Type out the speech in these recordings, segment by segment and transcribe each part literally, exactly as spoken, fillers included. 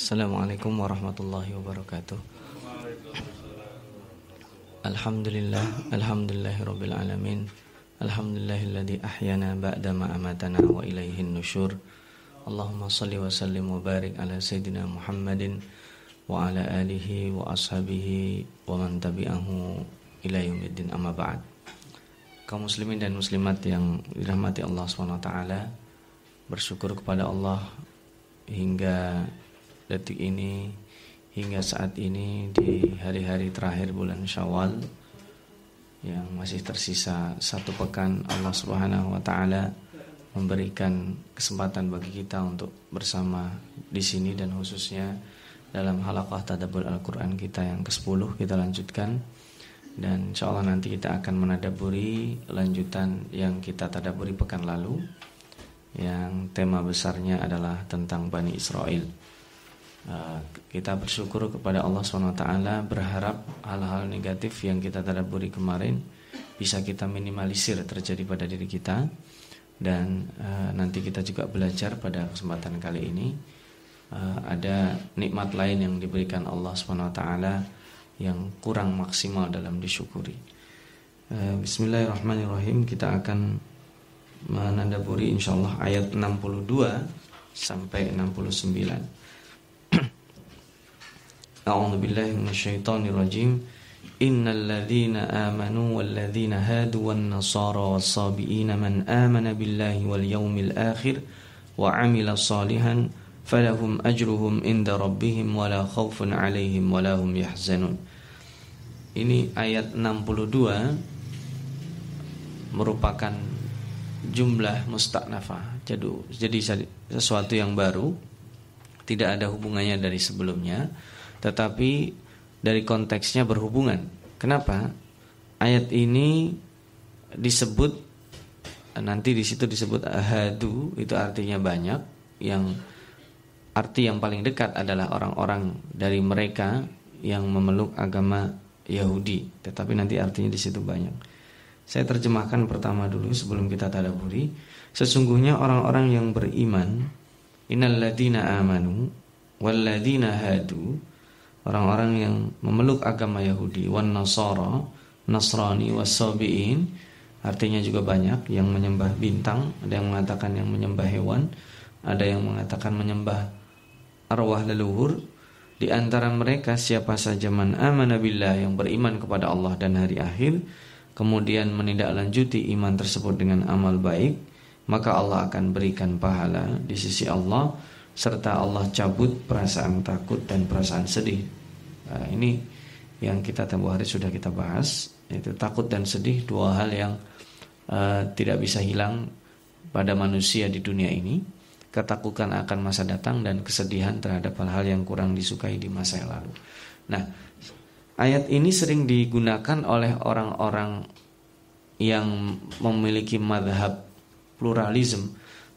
Assalamualaikum warahmatullahi wabarakatuh. Alhamdulillah, alhamdulillahirabbil alamin. Alhamdulillahilladzi ahyana ba'da ma amatana wa ilaihin nusyur. Allahumma shalli wa sallim wa barik ala sayyidina Muhammadin wa ala alihi wa ashabihi wa man tabi'ahu ila yaumiddin, amma ba'd. Kaum muslimin dan muslimat yang dirahmati Allah subhanahu wa taala, bersyukur kepada Allah hingga detik ini, hingga saat ini di hari-hari terakhir bulan Syawal yang masih tersisa satu pekan, Allah Subhanahu wa taala memberikan kesempatan bagi kita untuk bersama di sini, dan khususnya dalam halaqah tadabbur Al-Qur'an kita yang kesepuluh kita lanjutkan, dan insyaallah nanti kita akan menadaburi lanjutan yang kita tadabburi pekan lalu, yang tema besarnya adalah tentang Bani Israel. Uh, kita bersyukur kepada Allah subhanahu wa taala, berharap hal-hal negatif yang kita tadabburi kemarin bisa kita minimalisir terjadi pada diri kita, dan uh, nanti kita juga belajar pada kesempatan kali ini uh, ada nikmat lain yang diberikan Allah subhanahu wa taala yang kurang maksimal dalam disyukuri. uh, Bismillahirrahmanirrahim. Kita akan menadaburi insyaallah ayat enam puluh dua sampai enam puluh sembilan. A'udzu billahi minasyaitonir rajim. Innal ladzina amanu wal ladzina hadu wan nasara was sabiina man amana billahi wal yaumil akhir wa 'amila shalihan falahum ajruhum inda rabbihim wala khaufun 'alaihim wala hum yahzanun. Ini ayat enam puluh dua merupakan jumlah mustaknafah. Jadi sesuatu yang baru, tidak ada hubungannya dari sebelumnya, tetapi dari konteksnya berhubungan. Kenapa? Ayat ini disebut, nanti di situ disebut ahadu, itu artinya banyak, yang arti yang paling dekat adalah orang-orang dari mereka yang memeluk agama Yahudi, tetapi nanti artinya di situ banyak. Saya terjemahkan pertama dulu sebelum kita tadabburi. Sesungguhnya orang-orang yang beriman, innal ladzina amanu wal ladzina hadu, orang-orang yang memeluk agama Yahudi, wan nasara, Nasrani, was-sabiin, artinya juga banyak, yang menyembah bintang, ada yang mengatakan yang menyembah hewan, ada yang mengatakan menyembah arwah leluhur. Di antara mereka siapa saja man amana billah, yang beriman kepada Allah dan hari akhir, kemudian menindaklanjuti iman tersebut dengan amal baik, maka Allah akan berikan pahala di sisi Allah, serta Allah cabut perasaan takut dan perasaan sedih. Nah, ini yang kita tempoh hari sudah kita bahas, yaitu takut dan sedih, dua hal yang uh, tidak bisa hilang pada manusia di dunia ini. Ketakutan akan masa datang dan kesedihan terhadap hal-hal yang kurang disukai di masa yang lalu. Nah, ayat ini sering digunakan oleh orang-orang yang memiliki mazhab pluralisme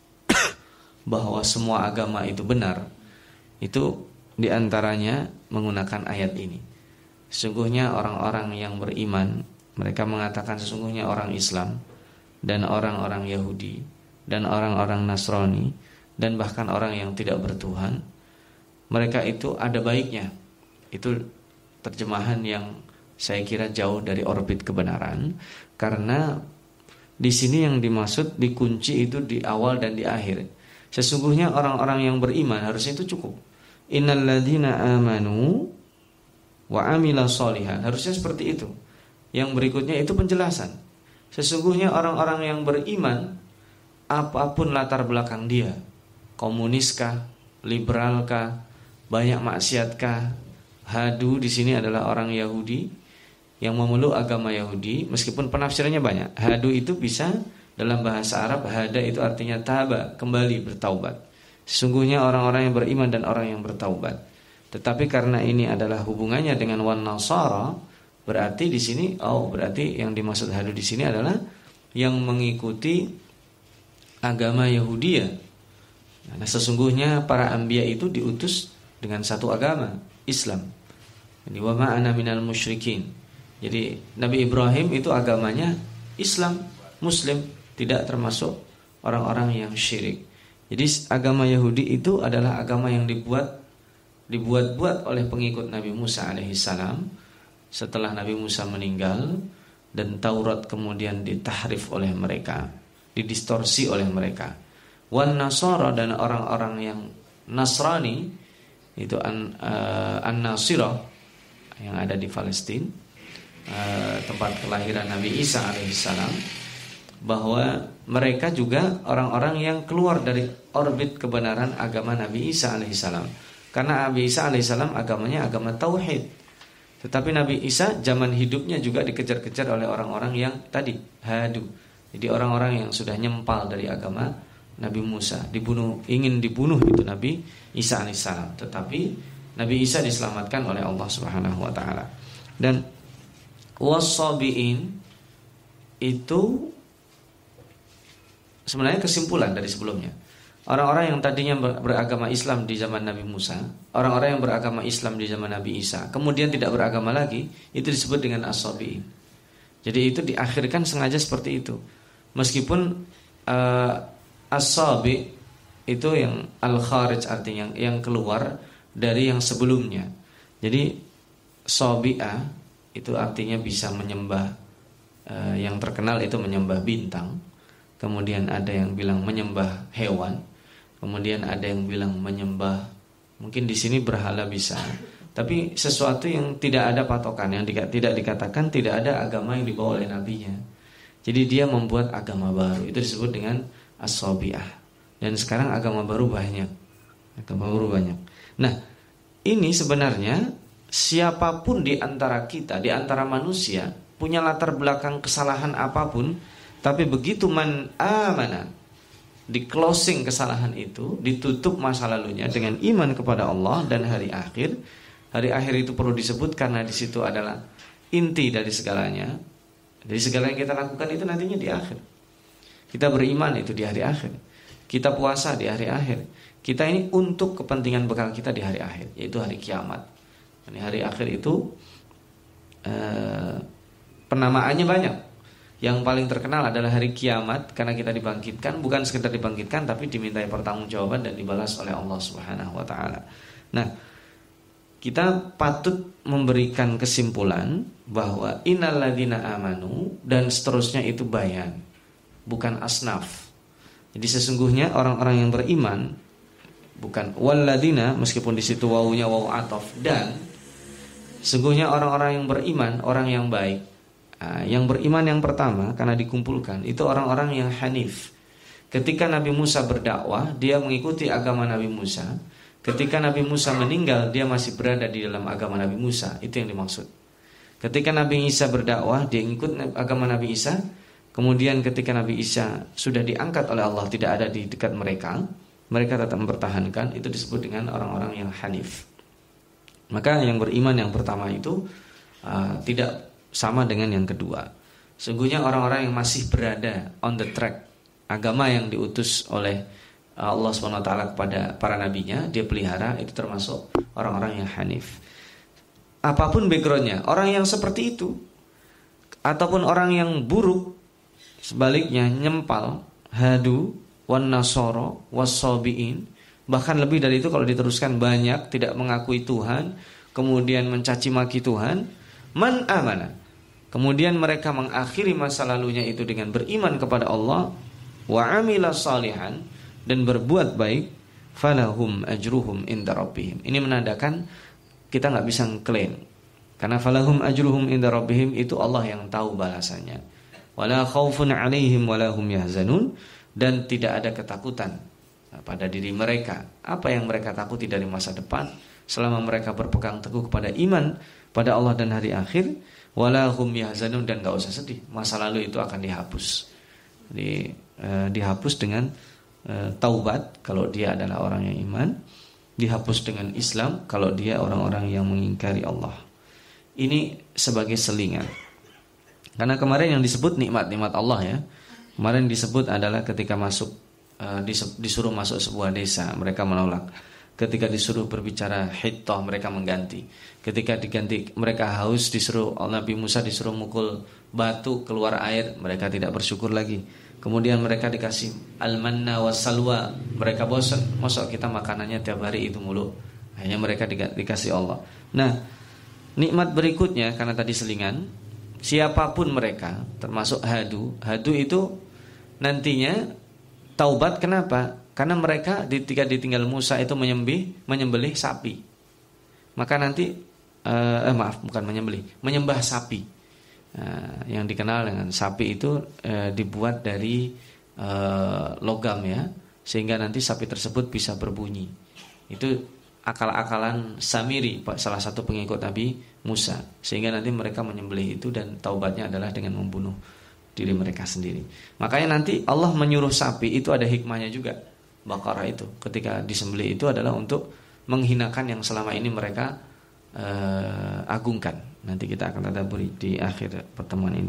bahwa semua agama itu benar. Itu diantaranya menggunakan ayat ini. Sesungguhnya orang-orang yang beriman, mereka mengatakan sesungguhnya orang Islam dan orang-orang Yahudi dan orang-orang Nasrani dan bahkan orang yang tidak bertuhan, mereka itu ada baiknya. Itu terjemahan yang saya kira jauh dari orbit kebenaran, karena di sini yang dimaksud dikunci itu di awal dan di akhir. Sesungguhnya orang-orang yang beriman, harusnya itu cukup. Innal ladzina amanu wa 'amila shalihan, harusnya seperti itu. Yang berikutnya itu penjelasan. Sesungguhnya orang-orang yang beriman, apapun latar belakang dia, komuniskah, liberalkah, banyak maksiatkah, hadu di sini adalah orang Yahudi yang memeluk agama Yahudi, meskipun penafsirannya banyak. Hadu itu bisa dalam bahasa Arab, hada itu artinya taba, kembali, bertaubat. Sesungguhnya orang-orang yang beriman dan orang yang bertaubat. Tetapi karena ini adalah hubungannya dengan wan nasara, berarti di sini, oh berarti yang dimaksud hadu di sini adalah yang mengikuti agama Yahudi ya. Nah, sesungguhnya para anbiya itu diutus dengan satu agama, Islam. Jadi wa ma ana minal musyrikin. Jadi Nabi Ibrahim itu agamanya Islam, Muslim, tidak termasuk orang-orang yang syirik. Jadi agama Yahudi itu adalah agama yang dibuat dibuat-buat oleh pengikut Nabi Musa alaihissalam setelah Nabi Musa meninggal, dan Taurat kemudian ditahrif oleh mereka, didistorsi oleh mereka. Wan Nasara, dan orang-orang yang Nasrani itu an, uh, An-Nasirah yang ada di Palestina, uh, tempat kelahiran Nabi Isa alaihissalam, bahwa mereka juga orang-orang yang keluar dari orbit kebenaran agama Nabi Isa alaihissalam. Karena Nabi Isa alaihissalam agamanya agama tauhid, tetapi Nabi Isa zaman hidupnya juga dikejar-kejar oleh orang-orang yang tadi hadu. Jadi orang-orang yang sudah nyempal dari agama Nabi Musa, dibunuh, ingin dibunuh itu Nabi Isa alaihissalam. Tetapi Nabi Isa diselamatkan oleh Allah Subhanahu wa taala. Dan was-sabiin itu sebenarnya kesimpulan dari sebelumnya. Orang-orang yang tadinya beragama Islam di zaman Nabi Musa, orang-orang yang beragama Islam di zaman Nabi Isa, kemudian tidak beragama lagi, itu disebut dengan as-sabiin. Jadi itu diakhirkan sengaja seperti itu. Meskipun uh, as-sabi itu yang al-kharij, artinya yang keluar dari yang sebelumnya. Jadi sabi'ah itu artinya bisa menyembah, uh, yang terkenal itu menyembah bintang. Kemudian ada yang bilang menyembah hewan. Kemudian ada yang bilang menyembah, mungkin di sini berhala bisa. Tapi sesuatu yang tidak ada patokan, yang tidak dikatakan, tidak ada agama yang dibawa oleh nabinya. Jadi dia membuat agama baru, itu disebut dengan as-sabi'ah. Dan sekarang agama baru banyak, agama baru banyak. Nah, ini sebenarnya siapapun di antara kita, di antara manusia, punya latar belakang kesalahan apapun, tapi begitu man amana, di closing kesalahan itu, ditutup masa lalunya dengan iman kepada Allah dan hari akhir. Hari akhir itu perlu disebut karena di situ adalah inti dari segalanya. Dari segala yang kita lakukan itu nantinya di akhir. Kita beriman itu di hari akhir. Kita puasa di hari akhir. Kita ini untuk kepentingan bekal kita di hari akhir, yaitu hari kiamat. Di hari akhir itu eh, penamaannya banyak. Yang paling terkenal adalah hari kiamat, karena kita dibangkitkan, bukan sekedar dibangkitkan, tapi dimintai pertanggungjawaban dan dibalas oleh Allah Subhanahu wa taala. Nah, kita patut memberikan kesimpulan bahwa innalladzina amanu dan seterusnya itu bayan, bukan asnaf. Jadi sesungguhnya orang-orang yang beriman, bukan walladzina, meskipun di situ wawunya wawu ataf, dan sesungguhnya orang-orang yang beriman, orang yang baik. Nah, yang beriman yang pertama karena dikumpulkan itu orang-orang yang hanif. Ketika Nabi Musa berdakwah, dia mengikuti agama Nabi Musa. Ketika Nabi Musa meninggal, dia masih berada di dalam agama Nabi Musa. Itu yang dimaksud. Ketika Nabi Isa berdakwah, dia ikut agama Nabi Isa. Kemudian ketika Nabi Isa sudah diangkat oleh Allah, tidak ada di dekat mereka, mereka tetap mempertahankan. Itu disebut dengan orang-orang yang hanif. Maka yang beriman yang pertama itu uh, tidak sama dengan yang kedua. Sungguhnya orang-orang yang masih berada on the track agama yang diutus oleh Allah subhanahu wa taala kepada para nabinya, dia pelihara, itu termasuk orang-orang yang hanif. Apapun backgroundnya, orang yang seperti itu ataupun orang yang buruk, sebaliknya nyempal, hadu, wan nasoro, was-sabiin, bahkan lebih dari itu kalau diteruskan banyak, tidak mengakui Tuhan, kemudian mencaci maki Tuhan, man amana. Kemudian mereka mengakhiri masa lalunya itu dengan beriman kepada Allah, wa amila salihan, dan berbuat baik, falahum ajruhum inda rabbihim. Ini menandakan kita nggak bisa ngeklaim, karena falahum ajruhum inda rabbihim itu Allah yang tahu balasannya. Wala khaufun alaihim wala hum yahzanun, dan tidak ada ketakutan pada diri mereka. Apa yang mereka takuti dari masa depan selama mereka berpegang teguh kepada iman pada Allah dan hari akhir. Wala hum yahzanun, dan gak usah sedih, masa lalu itu akan dihapus. Di, eh, dihapus dengan eh, taubat kalau dia adalah orang yang iman, dihapus dengan Islam kalau dia orang-orang yang mengingkari Allah. Ini sebagai selingan. Karena kemarin yang disebut nikmat-nikmat Allah ya, kemarin disebut adalah ketika masuk eh, disuruh masuk sebuah desa, mereka menolak. Ketika disuruh berbicara hittah, mereka mengganti. Ketika diganti mereka haus, disuruh Nabi Musa disuruh mukul batu keluar air, mereka tidak bersyukur lagi. Kemudian mereka dikasih al-manna was salwa, mereka bosan, masa kita makanannya tiap hari itu mulu. hanya mereka di, dikasih Allah. Nah, nikmat berikutnya karena tadi selingan, siapapun mereka, termasuk hadu, hadu itu nantinya taubat. Kenapa? Karena mereka ketika ditinggal Musa itu menyembelih menyembelih sapi. Maka nanti eh, eh maaf bukan menyembelih, menyembah sapi. Nah, yang dikenal dengan sapi itu eh, dibuat dari eh, logam ya, sehingga nanti sapi tersebut bisa berbunyi. Itu akal-akalan Samiri, salah satu pengikut Nabi Musa, sehingga nanti mereka menyembelih itu dan taubatnya adalah dengan membunuh diri mereka sendiri. Makanya nanti Allah menyuruh sapi itu ada hikmahnya juga. Baqarah itu ketika disembelih itu adalah untuk menghinakan yang selama ini mereka uh, agungkan. Nanti kita akan tadabburi di akhir pertemuan ini.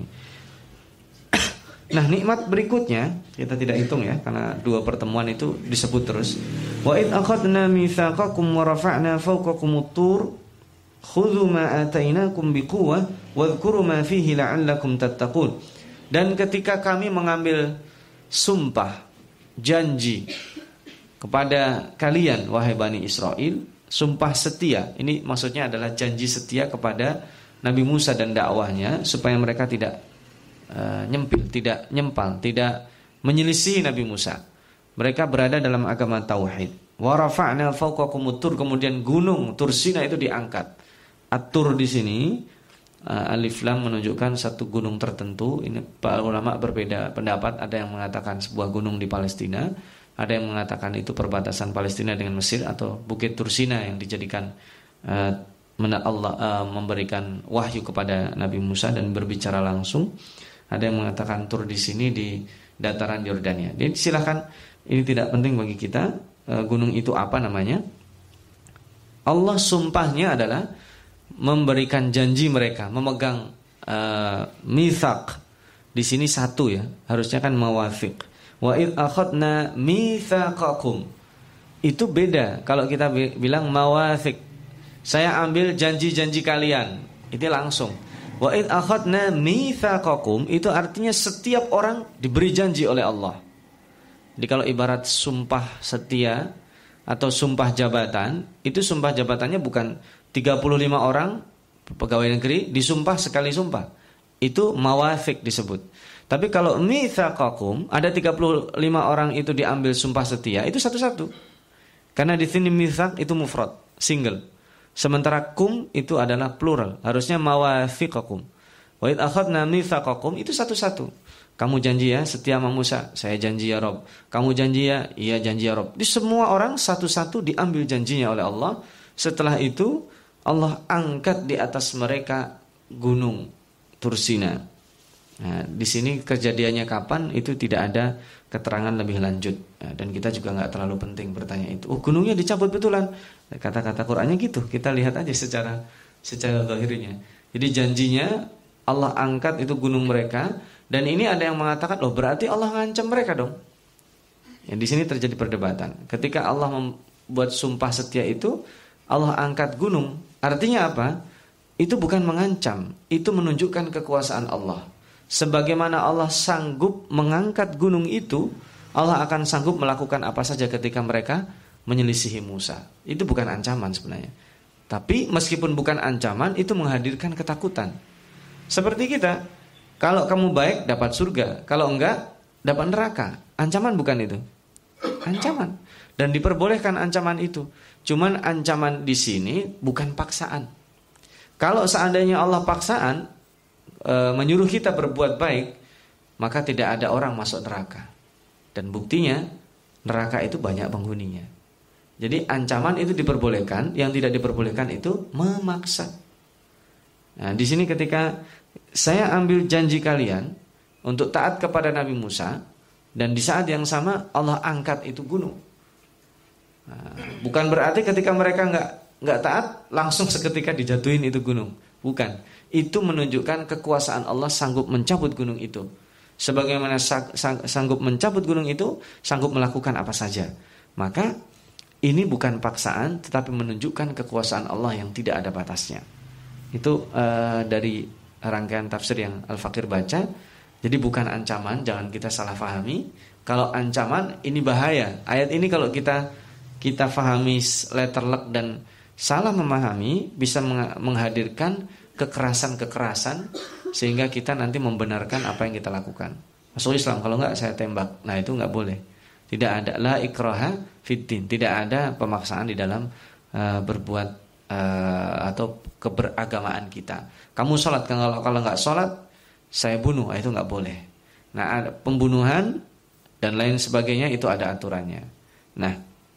Nah, nikmat berikutnya kita tidak hitung ya, karena dua pertemuan itu disebut terus. Wa id akhadna mitsaqakum wa rafa'na fawqakumut tur khudhu ma atainakum biquwwah wadhkuru ma fihi la'allakum tattaqun. Dan ketika kami mengambil sumpah janji kepada kalian wahai Bani Israel, sumpah setia, ini maksudnya adalah janji setia kepada Nabi Musa dan dakwahnya supaya mereka tidak Uh, nyempil, tidak nyempal, tidak menyelisih Nabi Musa. Mereka berada dalam agama tauhid. Wa rafa'na fawqakumut tur, kemudian gunung Tursina itu diangkat. At-Tur di sini uh, alif lam menunjukkan satu gunung tertentu. Ini para ulama berbeda pendapat, ada yang mengatakan sebuah gunung di Palestina, ada yang mengatakan itu perbatasan Palestina dengan Mesir atau Bukit Tursina yang dijadikan uh, Allah uh, memberikan wahyu kepada Nabi Musa dan berbicara langsung. Ada yang mengatakan Tur di sini di dataran Yordania. Jadi silakan, ini tidak penting bagi kita e, gunung itu apa namanya. Allah sumpahnya adalah memberikan janji mereka, memegang e, mitsaq. Di sini satu ya, harusnya kan mawafiq. Wa id akhadna mitsaqakum. Itu beda kalau kita bilang mawafiq. Saya ambil janji-janji kalian. Itu langsung. Wa id akhadna mitsaqakum itu artinya setiap orang diberi janji oleh Allah. Jadi kalau ibarat sumpah setia atau sumpah jabatan, itu sumpah jabatannya bukan tiga puluh lima orang pegawai negeri disumpah sekali sumpah. Itu mawathiq disebut. Tapi kalau mitsaqakum ada tiga puluh lima orang itu diambil sumpah setia, itu satu-satu. Karena di sini mitsaq itu mufrad, single. Sementara kum itu adalah plural, harusnya mawathiqakum. Wa id akhadna mitsaqakum itu satu-satu. Kamu janji ya setia sama Musa, saya janji ya Rob. Kamu janji ya, iya janji ya Rob. Di semua orang satu-satu diambil janjinya oleh Allah. Setelah itu Allah angkat di atas mereka gunung Tursina. Nah, di sini kejadiannya kapan itu tidak ada keterangan lebih lanjut, nah, dan kita juga nggak terlalu penting bertanya itu. Oh, gunungnya dicabut betulan. Kata-kata Qur'annya gitu. Kita lihat aja secara secara zahirnya. Jadi janjinya Allah angkat itu gunung mereka, dan ini ada yang mengatakan loh berarti Allah ngancam mereka dong. Ya, di sini terjadi perdebatan. Ketika Allah membuat sumpah setia itu Allah angkat gunung, artinya apa? Itu bukan mengancam, itu menunjukkan kekuasaan Allah. Sebagaimana Allah sanggup mengangkat gunung itu, Allah akan sanggup melakukan apa saja ketika mereka menyelisihi Musa. Itu bukan ancaman sebenarnya. Tapi meskipun bukan ancaman, itu menghadirkan ketakutan. Seperti kita, kalau kamu baik dapat surga, kalau enggak dapat neraka. Ancaman bukan itu? Ancaman. Dan diperbolehkan ancaman itu. Cuman ancaman di sini bukan paksaan. Kalau seandainya Allah paksaan menyuruh kita berbuat baik, maka tidak ada orang masuk neraka. Dan buktinya neraka itu banyak penghuninya. Jadi ancaman itu diperbolehkan, yang tidak diperbolehkan itu memaksa. Nah, di sini ketika saya ambil janji kalian untuk taat kepada Nabi Musa, dan di saat yang sama Allah angkat itu gunung. Nah, bukan berarti ketika mereka nggak nggak taat langsung seketika dijatuhin itu gunung. Bukan. Itu menunjukkan kekuasaan Allah sanggup mencabut gunung itu. Sebagaimana sang, sang, sanggup mencabut gunung itu, sanggup melakukan apa saja. Maka ini bukan paksaan, tetapi menunjukkan kekuasaan Allah yang tidak ada batasnya. Itu uh, dari rangkaian tafsir yang Al-Faqir baca. Jadi bukan ancaman, jangan kita salah fahami. Kalau ancaman ini bahaya. Ayat ini kalau kita kita fahami letter luck dan salah memahami bisa menghadirkan kekerasan-kekerasan sehingga kita nanti membenarkan apa yang kita lakukan. Masuk Islam, kalau enggak saya tembak. Nah, itu enggak boleh. Tidak ada la ikraha fiddin, tidak ada pemaksaan di dalam uh, berbuat uh, atau keberagamaan kita. Kamu sholat, kalau kalau enggak sholat saya bunuh, itu enggak boleh. Nah, ada pembunuhan dan lain sebagainya itu ada aturannya. Nah,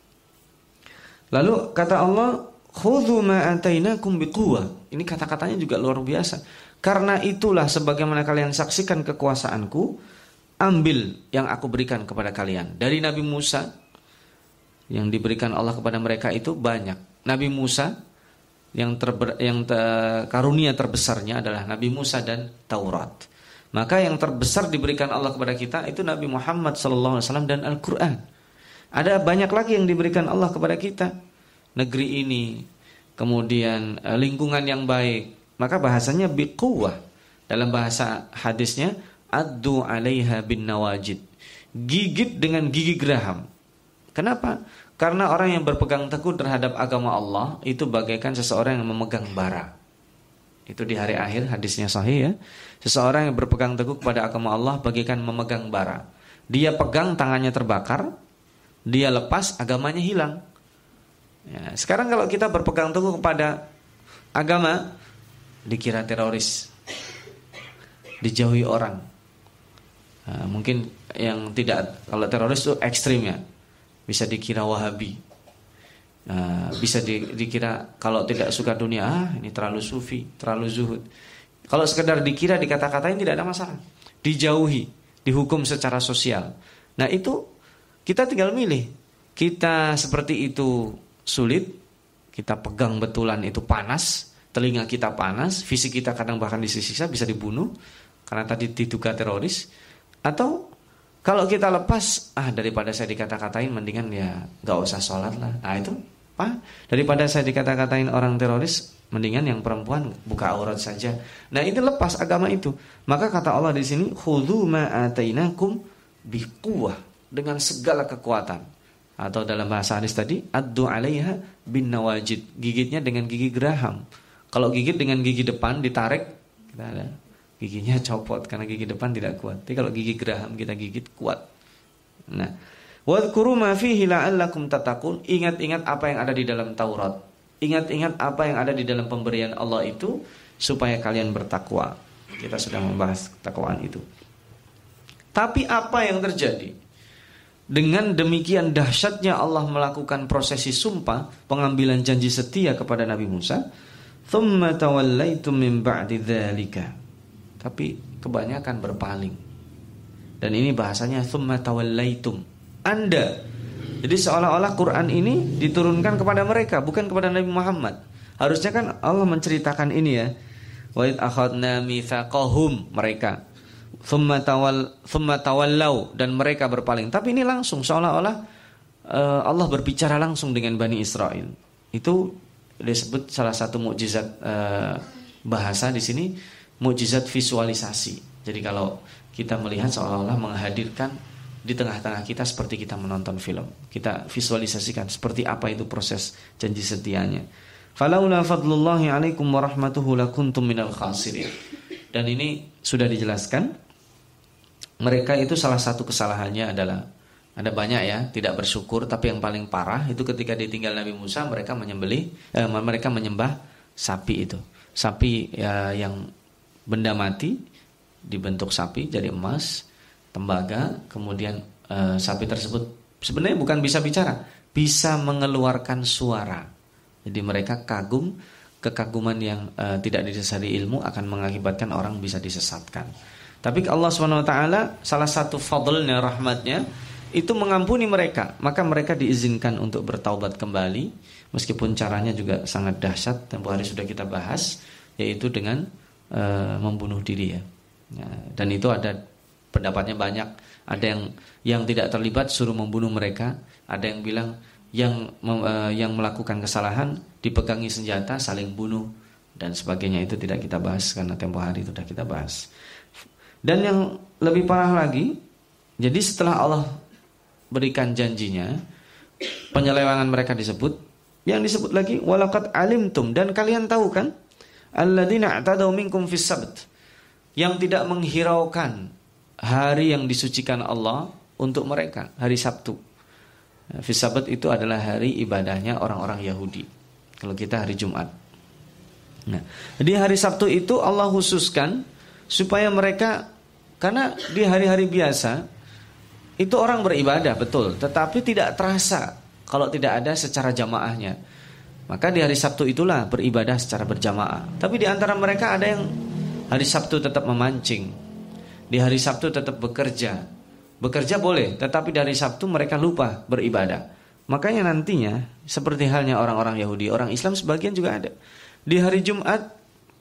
lalu kata Allah, khudhu ma atainakum biquwwah. Ini kata-katanya juga luar biasa. Karena itulah sebagaimana kalian saksikan kekuasaanku, ambil yang aku berikan kepada kalian. Dari Nabi Musa yang diberikan Allah kepada mereka itu banyak. Nabi Musa yang terber, yang ter, karunia terbesarnya adalah Nabi Musa dan Taurat. Maka yang terbesar diberikan Allah kepada kita itu Nabi Muhammad sallallahu alaihi wasallam dan Al-Qur'an. Ada banyak lagi yang diberikan Allah kepada kita. Negeri ini, kemudian lingkungan yang baik. Maka bahasanya biquwwah. Dalam bahasa hadisnya addu 'alaiha bin nawajid. Gigit dengan gigi geraham. Kenapa? Karena orang yang berpegang teguh terhadap agama Allah itu bagaikan seseorang yang memegang bara. Itu di hari akhir, hadisnya sahih ya. Seseorang yang berpegang teguh kepada agama Allah bagaikan memegang bara. Dia pegang, tangannya terbakar. Dia lepas, agamanya hilang. Ya, sekarang kalau kita berpegang teguh kepada agama, dikira teroris, dijauhi orang. Nah, mungkin yang tidak, kalau teroris itu ekstrim ya, bisa dikira Wahabi. Nah, bisa di, dikira kalau tidak suka dunia, ah ini terlalu sufi, terlalu zuhud. Kalau sekedar dikira, dikata-katain tidak ada masalah. Dijauhi, dihukum secara sosial. Nah itu kita tinggal milih. Kita seperti itu sulit, kita pegang betulan itu panas, telinga kita panas, fisik kita kadang bahkan disiksa, bisa dibunuh karena tadi diduga teroris. Atau kalau kita lepas, ah daripada saya dikata-katain mendingan ya gak usah sholat lah. Nah itu apa? Daripada saya dikata-katain orang teroris, mendingan yang perempuan buka aurat saja. Nah itu lepas agama itu. Maka kata Allah di sini, khudhu ma atainakum biquwwah, dengan segala kekuatan. Atau dalam bahasa hadis tadi, addu 'alaiha bin nawajid, gigitnya dengan gigi geraham. Kalau gigit dengan gigi depan ditarik, kita ada giginya copot karena gigi depan tidak kuat. Tapi kalau gigi geraham kita gigit kuat. Nah, wadhkuru ma fihi la'allakum tattaqun, ingat-ingat apa yang ada di dalam Taurat. Ingat-ingat apa yang ada di dalam pemberian Allah itu supaya kalian bertakwa. Kita sudah membahas ketakwaan itu. Tapi apa yang terjadi? Dengan demikian dahsyatnya Allah melakukan prosesi sumpah, pengambilan janji setia kepada Nabi Musa. Thumma tawallaitum min ba'di dzalika. Tapi kebanyakan berpaling. Dan ini bahasanya thumma tawallaitum. Anda. Jadi seolah-olah Quran ini diturunkan kepada mereka, bukan kepada Nabi Muhammad. Harusnya kan Allah menceritakan ini ya. Wa id akhadna mitsaqahum, mereka. Thumma tawal thumma tawallau, dan mereka berpaling. Tapi ini langsung seolah-olah uh, Allah berbicara langsung dengan Bani Israel. Itu disebut salah satu mukjizat uh, bahasa di sini, mukjizat visualisasi. Jadi kalau kita melihat seolah-olah menghadirkan di tengah-tengah kita seperti kita menonton film. Kita visualisasikan seperti apa itu proses janji setianya. Falaula fadlullahi alaikum warahmatuhu lakuntum minal khasirin. Dan ini sudah dijelaskan. Mereka itu salah satu kesalahannya adalah, ada banyak ya, tidak bersyukur, tapi yang paling parah itu ketika ditinggal Nabi Musa, mereka menyembelih, eh, mereka menyembah sapi itu. Sapi ya, yang benda mati dibentuk sapi jadi emas, tembaga, kemudian eh, sapi tersebut sebenarnya bukan bisa bicara, bisa mengeluarkan suara. Jadi mereka kagum, kekaguman yang eh, tidak didasari ilmu akan mengakibatkan orang bisa disesatkan. Tapi Allah subhanahu wa taala salah satu fadlnya, rahmatnya, itu mengampuni mereka. Maka mereka diizinkan untuk bertaubat kembali, meskipun caranya juga sangat dahsyat. Tempoh hari sudah kita bahas, yaitu dengan e, membunuh diri ya. Ya. Dan itu ada pendapatnya banyak. Ada yang yang tidak terlibat suruh membunuh mereka. Ada yang bilang yang e, yang melakukan kesalahan dipegangi senjata saling bunuh dan sebagainya. Itu tidak kita bahas karena tempoh hari itu sudah kita bahas. Dan yang lebih parah lagi, jadi setelah Allah berikan janjinya, penyelewangan mereka disebut, Yang disebut lagi walaqad alimtum, dan kalian tahu kan alladzina i'tadaw minkum fis sabt, yang tidak menghiraukan hari yang disucikan Allah untuk mereka, hari Sabtu. Fis sabt itu adalah hari ibadahnya orang-orang Yahudi. Kalau kita hari Jumat. Nah, di hari Sabtu itu Allah khususkan supaya mereka, karena di hari-hari biasa itu orang beribadah betul, tetapi tidak terasa kalau tidak ada secara jamaahnya. Maka di hari Sabtu itulah beribadah secara berjamaah. Tapi di antara mereka ada yang hari Sabtu tetap memancing, di hari Sabtu tetap bekerja. Bekerja boleh, tetapi di hari Sabtu mereka lupa beribadah. Makanya nantinya seperti halnya orang-orang Yahudi, orang Islam sebagian juga ada. Di hari Jumat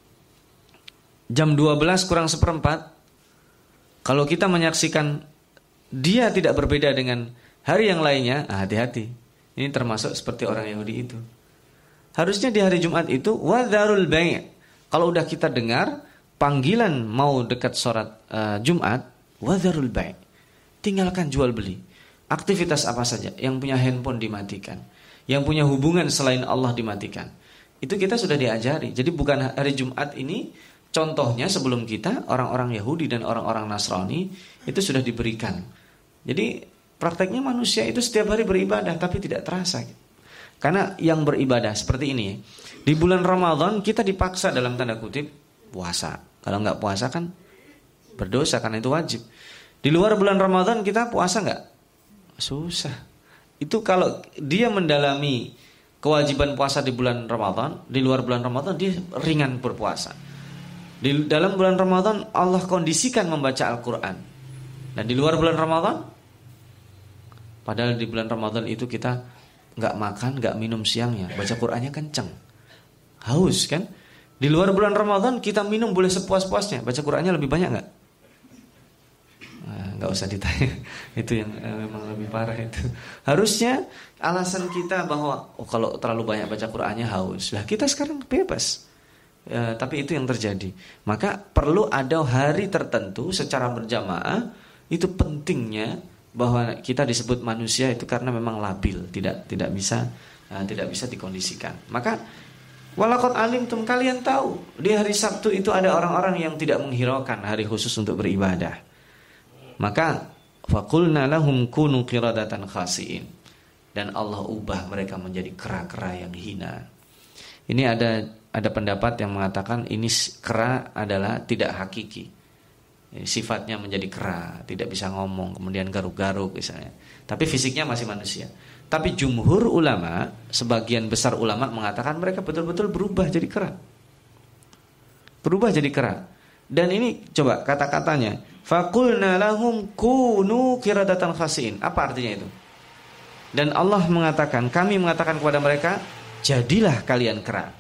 jam dua belas kurang seperempat, kalau kita menyaksikan dia tidak berbeda dengan hari yang lainnya, ah, hati-hati. Ini termasuk seperti orang Yahudi itu. Harusnya di hari Jumat itu wadharul bai'. Kalau udah kita dengar panggilan mau dekat sholat uh, Jumat, wadharul bai'. Tinggalkan jual beli. Aktivitas apa saja, yang punya handphone dimatikan, yang punya hubungan selain Allah dimatikan. Itu kita sudah diajari. Jadi bukan hari Jumat ini, contohnya sebelum kita, orang-orang Yahudi dan orang-orang Nasrani itu sudah diberikan. Jadi prakteknya manusia itu setiap hari beribadah tapi tidak terasa. Karena yang beribadah seperti ini, di bulan Ramadan kita dipaksa dalam tanda kutip puasa. Kalau nggak puasa kan berdosa, karena itu wajib. Di luar bulan Ramadan kita puasa nggak? Susah. Itu kalau dia mendalami kewajiban puasa di bulan Ramadan, di luar bulan Ramadan dia ringan berpuasa. Di dalam bulan Ramadan Allah kondisikan membaca Al-Quran, dan di luar bulan Ramadan, padahal di bulan Ramadan itu kita nggak makan, nggak minum siangnya, baca Qurannya kenceng, haus kan? Di luar bulan Ramadan kita minum boleh sepuas-puasnya, baca Qurannya lebih banyak nggak? Nah, nggak usah ditanya, itu yang eh, memang lebih parah itu. Harusnya alasan kita bahwa oh, kalau terlalu banyak baca Qurannya haus, lah kita sekarang bebas. Ya, tapi itu yang terjadi. Maka perlu ada hari tertentu secara berjamaah. Itu pentingnya bahwa kita disebut manusia itu karena memang labil, tidak tidak bisa uh, tidak bisa dikondisikan. Maka walaqad alimtum, kalian tahu di hari Sabtu itu ada orang-orang yang tidak menghiraukan hari khusus untuk beribadah. Maka faqulna lahum kunu qiradatan khasiin, dan Allah ubah mereka menjadi kera-kera yang hina. Ini ada ada pendapat yang mengatakan ini kera adalah tidak hakiki. Sifatnya menjadi kera, tidak bisa ngomong, kemudian garuk-garuk misalnya. Tapi fisiknya masih manusia. Tapi jumhur ulama, sebagian besar ulama mengatakan mereka betul-betul berubah jadi kera. Berubah jadi kera. Dan ini coba kata-katanya, faqulna lahum kunu qiradatan khasiin. Apa artinya itu? Dan Allah mengatakan, kami mengatakan kepada mereka, jadilah kalian kera.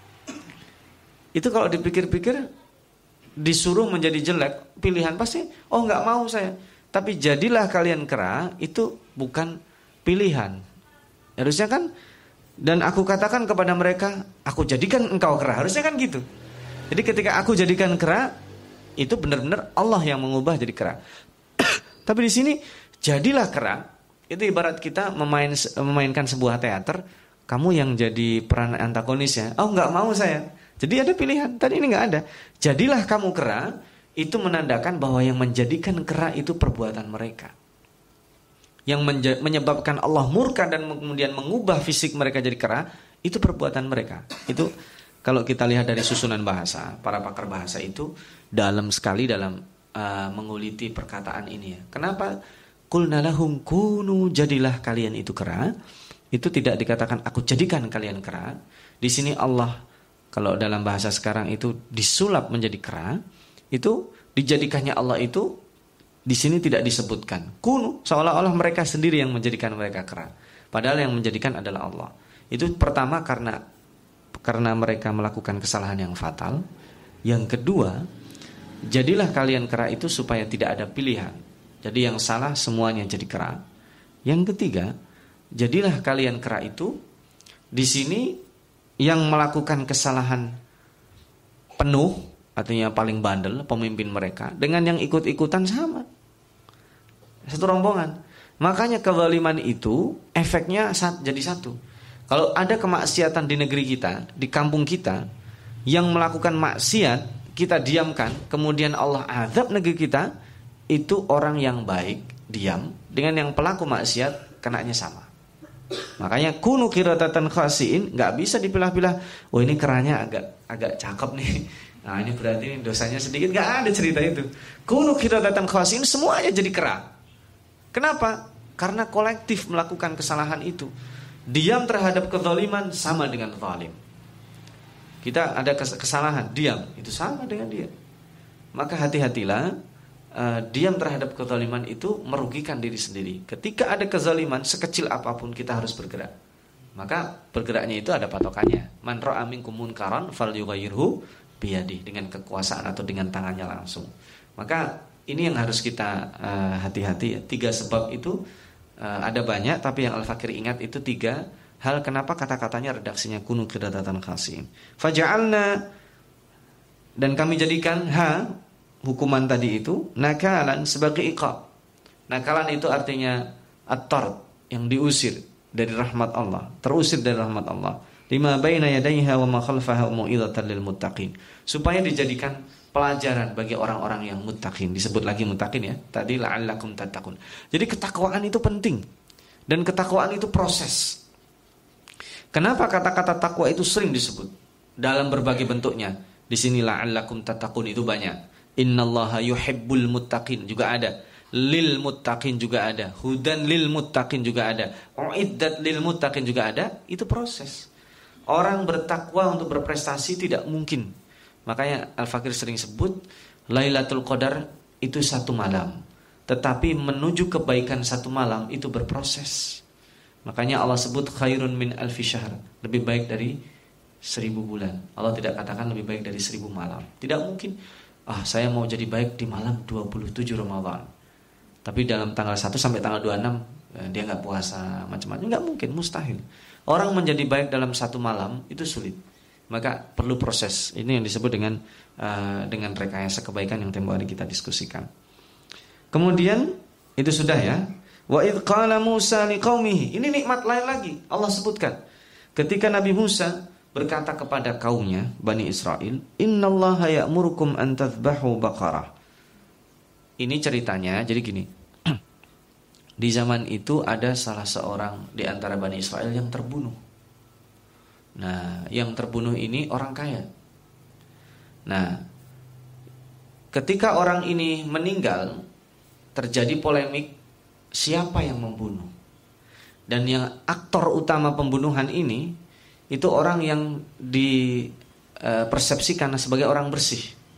Itu kalau dipikir-pikir, disuruh menjadi jelek, pilihan pasti, oh nggak mau saya. Tapi jadilah kalian kera, itu bukan pilihan. Harusnya kan, dan aku katakan kepada mereka, aku jadikan engkau kera. Harusnya kan gitu. Jadi ketika aku jadikan kera, itu benar-benar Allah yang mengubah jadi kera. Tapi di sini jadilah kera, itu ibarat kita memain, memainkan sebuah teater, kamu yang jadi peran antagonisnya. Oh nggak mau saya. Jadi ada pilihan. Tadi ini nggak ada. Jadilah kamu kera, itu menandakan bahwa yang menjadikan kera itu perbuatan mereka. Yang menja- menyebabkan Allah murka dan kemudian mengubah fisik mereka jadi kera, itu perbuatan mereka. Itu kalau kita lihat dari susunan bahasa, para pakar bahasa itu dalam sekali dalam uh, menguliti perkataan ini ya. Kenapa? Qulna lahum kunu, jadilah kalian itu kera. Itu tidak dikatakan aku jadikan kalian kera. Di sini Allah, kalau dalam bahasa sekarang itu disulap menjadi kera, itu dijadikannya Allah itu di sini tidak disebutkan. Kunu, seolah-olah mereka sendiri yang menjadikan mereka kera. Padahal yang menjadikan adalah Allah. Itu pertama karena karena mereka melakukan kesalahan yang fatal. Yang kedua, jadilah kalian kera itu supaya tidak ada pilihan. Jadi yang salah semuanya jadi kera. Yang ketiga, jadilah kalian kera itu di sini yang melakukan kesalahan penuh, artinya paling bandel, pemimpin mereka, dengan yang ikut-ikutan sama. Satu rombongan. Makanya kezaliman itu efeknya jadi satu. Kalau ada kemaksiatan di negeri kita, di kampung kita, yang melakukan maksiat kita diamkan, kemudian Allah azab negeri kita, itu orang yang baik diam, dengan yang pelaku maksiat kenanya sama. Makanya kunu qiradatan khasiin, nggak bisa dipilah-pilah. Oh ini keranya agak agak cakep nih. Nah ini berarti dosanya sedikit. Nggak ada cerita itu. Kunu qiradatan khasiin, semuanya jadi kera. Kenapa? Karena kolektif melakukan kesalahan itu. Diam terhadap kezaliman sama dengan zalim. Kita ada kesalahan, diam, itu sama dengan dia. Maka hati-hatilah, uh, diam terhadap kezaliman itu merugikan diri sendiri. Ketika ada kezaliman sekecil apapun kita harus bergerak. Maka bergeraknya itu ada patokannya. Man ra'a minkum munkaran falyughayyirhu biyadihi, dengan kekuasaan atau dengan tangannya langsung. Maka ini yang harus kita uh, hati-hati ya. Tiga sebab itu Uh, ada banyak, tapi yang Al-Fakir ingat itu tiga hal kenapa kata-katanya redaksinya kunu qiradatan khasiin. Faja'alna, dan kami jadikan ha hukuman tadi itu nakalan sebagai iqab. Nakalan itu artinya at-tard, yang diusir dari rahmat Allah, terusir dari rahmat Allah. Lima baina yadayha wa ma khalfaha mau'izatan lil muttaqin, supaya dijadikan pelajaran bagi orang-orang yang muttaqin. Disebut lagi muttaqin ya. Tadi la'allakum tattaqun. Jadi ketakwaan itu penting. Dan ketakwaan itu proses. Kenapa kata-kata takwa itu sering disebut dalam berbagai bentuknya? Di sini la'allakum tattaqun itu banyak. Innallaha yuhibbul muttaqin juga ada. Lil muttaqin juga ada. Hudan lil muttaqin juga ada. Uiddat lil muttaqin juga ada. Itu proses. Orang bertakwa untuk berprestasi tidak mungkin. Makanya Al-Fakir sering sebut Lailatul Qadar itu satu malam, tetapi menuju kebaikan satu malam itu berproses. Makanya Allah sebut khairun min alfi syahr, lebih baik dari seribu bulan. Allah tidak katakan lebih baik dari seribu malam. Tidak mungkin, ah saya mau jadi baik di malam dua puluh tujuh Ramadan, tapi dalam tanggal satu sampai tanggal dua puluh enam dia gak puasa macam-macam. Gak mungkin, mustahil. Orang menjadi baik dalam satu malam itu sulit. Maka perlu proses. Ini yang disebut dengan uh, dengan rekayasa kebaikan yang tempoh hari kita diskusikan. Kemudian itu sudah ya. Wa idz qala Musa liqaumihi. Ini nikmat lain lagi Allah sebutkan. Ketika Nabi Musa berkata kepada kaumnya Bani Israel, "Innallaha ya'murukum an tadhbahu baqarah." Ini ceritanya jadi gini. Di zaman itu ada salah seorang di antara Bani Israel yang terbunuh. Nah, yang terbunuh ini orang kaya. Nah, ketika orang ini meninggal, terjadi polemik siapa yang membunuh. Dan yang aktor utama pembunuhan ini itu orang yang dipersepsikan sebagai orang bersih.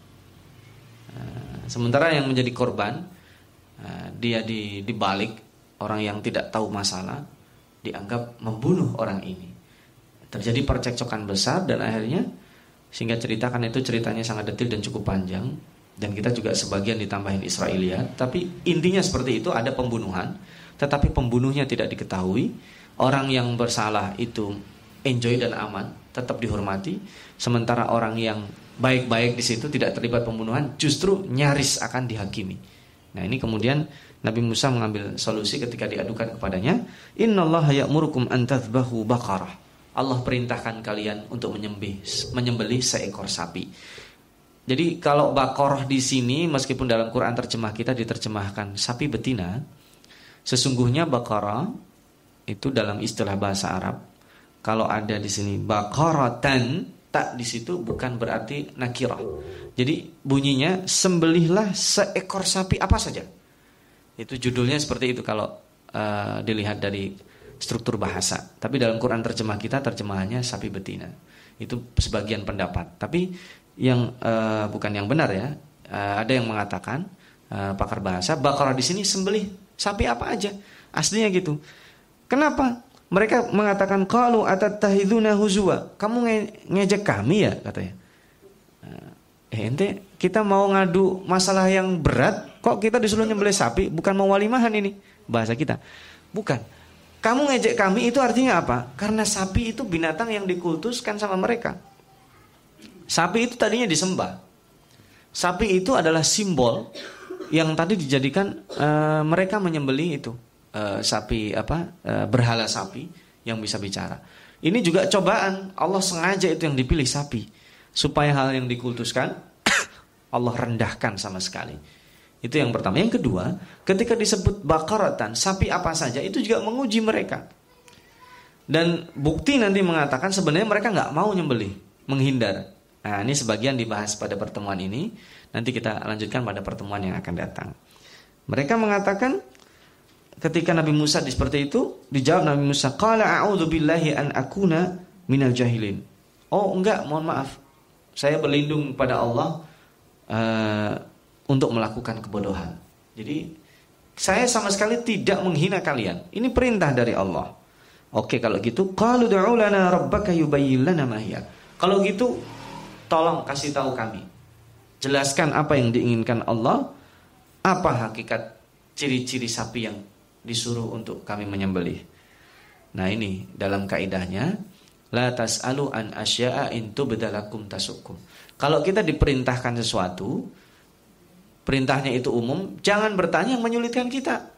Sementara yang menjadi korban, dia dibalik orang yang tidak tahu masalah, dianggap membunuh orang ini. Terjadi percekcokan besar dan akhirnya, sehingga ceritakan itu ceritanya sangat detail dan cukup panjang, dan kita juga sebagian ditambahin Israiliyat. Tapi intinya seperti itu, ada pembunuhan, tetapi pembunuhnya tidak diketahui. Orang yang bersalah itu enjoy dan aman, tetap dihormati. Sementara orang yang baik-baik di situ tidak terlibat pembunuhan, justru nyaris akan dihakimi. Nah ini kemudian Nabi Musa mengambil solusi ketika diadukan kepadanya. Innallaha ya'murukum an tadhbahu baqarah. Allah perintahkan kalian untuk menyembelih menyembelih seekor sapi. Jadi kalau baqarah di sini meskipun dalam Quran terjemah kita diterjemahkan sapi betina, sesungguhnya baqarah itu dalam istilah bahasa Arab kalau ada di sini baqaratan, tak di situ bukan berarti nakirah. Jadi bunyinya sembelihlah seekor sapi apa saja. Itu judulnya seperti itu kalau uh, dilihat dari struktur bahasa. Tapi dalam Quran terjemah kita terjemahannya sapi betina. Itu sebagian pendapat. Tapi yang uh, bukan yang benar ya. Uh, ada yang mengatakan uh, pakar bahasa baqarah di sini sembelih sapi apa aja. Aslinya gitu. Kenapa? Mereka mengatakan qalu atattahiduna huzwa. Kamu nge ngejek kami ya katanya. Uh, eh ente kita mau ngadu masalah yang berat kok kita disuruh nyembelih sapi, bukan mau walimahan ini bahasa kita. Bukan. Kamu ngejek kami itu artinya apa? Karena sapi itu binatang yang dikultuskan sama mereka. Sapi itu tadinya disembah. Sapi itu adalah simbol yang tadi dijadikan uh, mereka menyembelih itu uh, sapi apa uh, berhala sapi yang bisa bicara. Ini juga cobaan. Allah sengaja itu yang dipilih sapi, supaya hal yang dikultuskan Allah rendahkan sama sekali. Itu yang pertama. Yang kedua, ketika disebut bakaratan, sapi apa saja, itu juga menguji mereka. Dan bukti nanti mengatakan sebenarnya mereka nggak mau nyembelih, menghindar. Nah, ini sebagian dibahas pada pertemuan ini. Nanti kita lanjutkan pada pertemuan yang akan datang. Mereka mengatakan ketika Nabi Musa seperti itu, dijawab Nabi Musa, qala a'udzu billahi an akuna minal jahilin. Oh enggak, mohon maaf, saya berlindung pada Allah uh, untuk melakukan kebodohan. Jadi saya sama sekali tidak menghina kalian. Ini perintah dari Allah. Oke, kalau gitu, qalu du'u lana rabbaka yubayyin lana ma hiya. Kalau gitu, tolong kasih tahu kami. Jelaskan apa yang diinginkan Allah, apa hakikat ciri-ciri sapi yang disuruh untuk kami menyembelih. Nah, ini dalam kaidahnya, la tas'alu an asya'a in tubdalakum tasukum. Kalau kita diperintahkan sesuatu, perintahnya itu umum, jangan bertanya yang menyulitkan kita.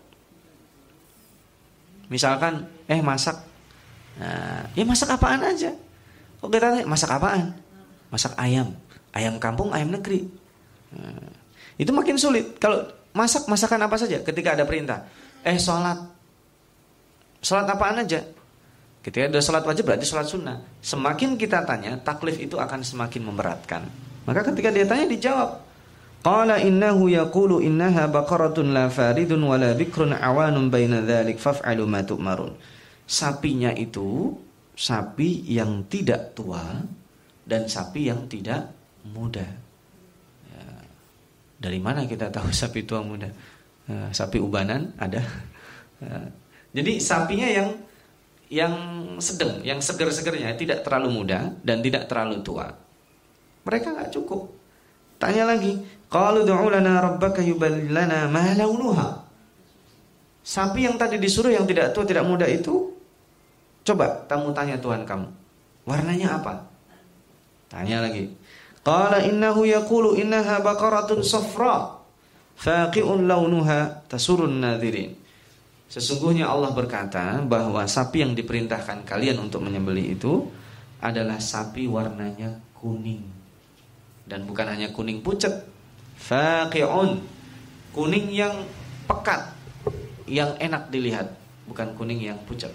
Misalkan, eh masak, nah, ya masak apaan aja. Kok kita tanya, masak apaan? Masak ayam, ayam kampung, ayam negeri. Nah, itu makin sulit. Kalau masak, masakan apa saja ketika ada perintah. Eh sholat, sholat apaan aja. Ketika ada sholat wajib berarti sholat sunnah. Semakin kita tanya, taklif itu akan semakin memberatkan. Maka ketika dia tanya dijawab. Qala innahu yaqulu innaha baqaratun la faridun wala bikrun awanun baina dzalik faf'alu ma tu'marun. Sapinya itu sapi yang tidak tua dan sapi yang tidak muda. Ya, dari mana kita tahu sapi tua muda? Ya, sapi ubanan ada. Ya, jadi sapinya yang yang sedang, yang seger-segernya, tidak terlalu muda dan tidak terlalu tua. Mereka nggak cukup. Tanya lagi, qalu du'u lana rabbaka yubayyin lana ma launuha. Sapi yang tadi disuruh yang tidak tua tidak muda itu, coba kamu tanya Tuhan kamu, warnanya apa? Tanya lagi. Qala innahu yaqulu innaha baqaratun safra faqi'un launuha tasurun nadhirin. Sesungguhnya Allah berkata bahwa sapi yang diperintahkan kalian untuk menyembelih itu adalah sapi warnanya kuning. Dan bukan hanya kuning pucat, faqi'un, kuning yang pekat, yang enak dilihat, bukan kuning yang pucat.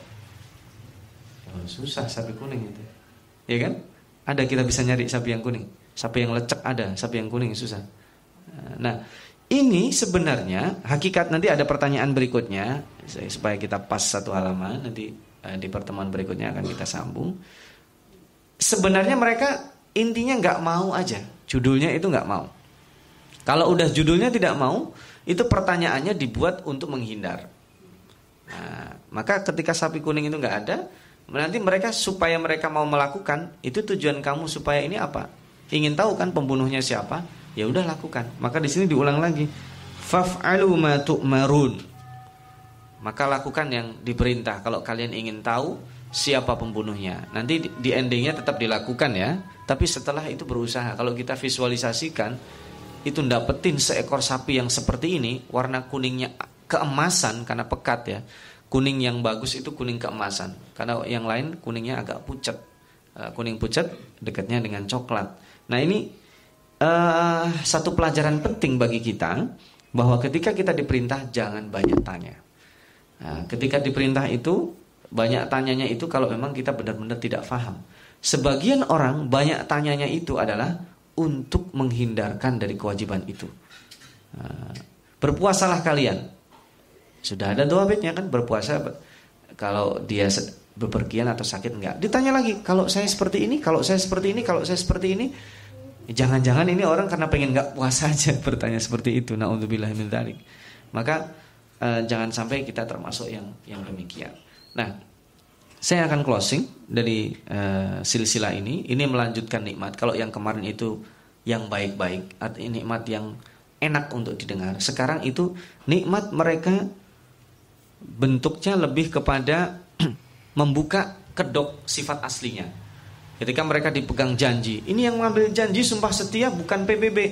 Oh, susah sapi kuning itu, ya kan? Ada kita bisa nyari sapi yang kuning, sapi yang lecek ada, sapi yang kuning susah. Nah, ini sebenarnya hakikat, nanti ada pertanyaan berikutnya supaya kita pas satu halaman, nanti di pertemuan berikutnya akan kita sambung. Sebenarnya mereka intinya nggak mau aja, judulnya itu nggak mau. Kalau udah judulnya tidak mau, itu pertanyaannya dibuat untuk menghindar. Nah, maka ketika sapi kuning itu nggak ada, nanti mereka supaya mereka mau melakukan, itu tujuan kamu supaya ini apa? Ingin tahu kan pembunuhnya siapa? Ya udah lakukan. Maka di sini diulang lagi, faf'alu ma tu'marun. Maka lakukan yang diperintah. Kalau kalian ingin tahu siapa pembunuhnya, nanti di endingnya tetap dilakukan ya. Tapi setelah itu berusaha. Kalau kita visualisasikan, itu dapetin seekor sapi yang seperti ini, warna kuningnya keemasan karena pekat ya. Kuning yang bagus itu kuning keemasan. Karena yang lain kuningnya agak pucat. Kuning pucat dekatnya dengan coklat. Nah ini uh, satu pelajaran penting bagi kita, bahwa ketika kita diperintah jangan banyak tanya. Nah, ketika diperintah itu banyak tanyanya itu kalau memang kita benar-benar tidak paham. Sebagian orang banyak tanyanya itu adalah untuk menghindarkan dari kewajiban itu. Nah, berpuasalah kalian. Sudah ada doa baiknya kan, berpuasa kalau dia bepergian atau sakit enggak. Ditanya lagi, kalau saya seperti ini, kalau saya seperti ini, kalau saya seperti ini. Jangan-jangan ini orang karena pengen enggak puasa aja bertanya seperti itu. Na'udzubillah min dzalik. Maka eh, jangan sampai kita termasuk yang yang demikian. Nah, saya akan closing dari uh, silsilah ini. Ini melanjutkan nikmat. Kalau yang kemarin itu yang baik-baik, artinya nikmat yang enak untuk didengar. Sekarang itu nikmat mereka bentuknya lebih kepada membuka kedok sifat aslinya. Ketika mereka dipegang janji, ini yang mengambil janji sumpah setia bukan P B B.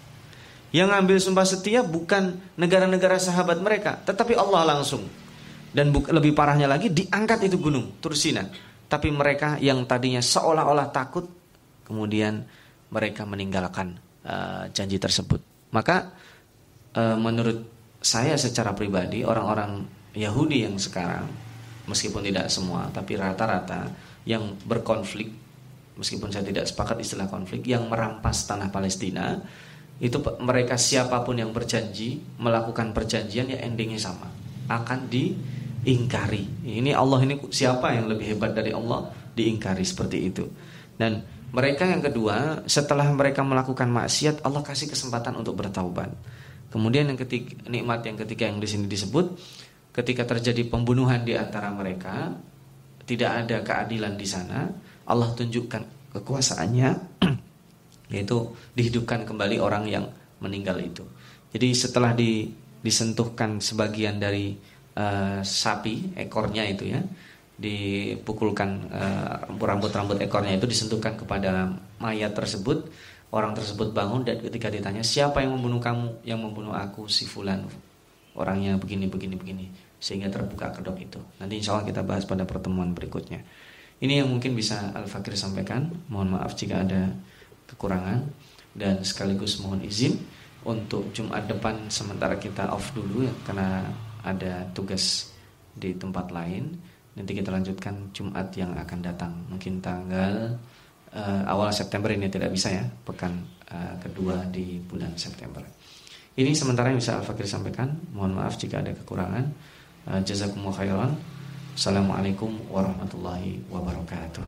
Yang ngambil sumpah setia bukan negara-negara sahabat mereka, tetapi Allah langsung. Dan lebih parahnya lagi, diangkat itu gunung Tursina. tapi mereka yang tadinya seolah-olah takut, kemudian mereka meninggalkan uh, janji tersebut. Maka uh, menurut saya secara pribadi, orang-orang Yahudi yang sekarang, meskipun tidak semua, tapi rata-rata yang berkonflik, meskipun saya tidak sepakat istilah konflik, yang merampas tanah Palestina, itu mereka siapapun yang berjanji melakukan perjanjian, ya endingnya sama, akan diingkari. Ini Allah, ini siapa yang lebih hebat dari Allah, diingkari seperti itu. Dan mereka yang kedua, setelah mereka melakukan maksiat, Allah kasih kesempatan untuk bertaubat. Kemudian yang ketiga, nikmat yang ketiga yang di sini disebut, ketika terjadi pembunuhan di antara mereka, tidak ada keadilan di sana, Allah tunjukkan kekuasaannya, yaitu dihidupkan kembali orang yang meninggal itu. Jadi setelah di, disentuhkan sebagian dari uh, sapi ekornya itu ya, dipukulkan uh, rambut-rambut ekornya itu disentuhkan kepada mayat tersebut, orang tersebut bangun dan ketika ditanya, siapa yang membunuh kamu? Yang membunuh aku si fulan, orangnya begini begini begini, sehingga terbuka kedok itu. Nanti insya Allah kita bahas pada pertemuan berikutnya. Ini yang mungkin bisa Al-Fakir sampaikan. Mohon maaf jika ada kekurangan, dan sekaligus mohon izin untuk Jumat depan sementara kita off dulu ya, karena ada tugas di tempat lain. Nanti kita lanjutkan Jumat yang akan datang, mungkin tanggal uh, awal September ini tidak bisa ya, pekan uh, kedua di bulan September. Ini sementara yang bisa Al-Fakir sampaikan. Mohon maaf jika ada kekurangan. uh, Jazakumullah khairan. Assalamualaikum warahmatullahi wabarakatuh.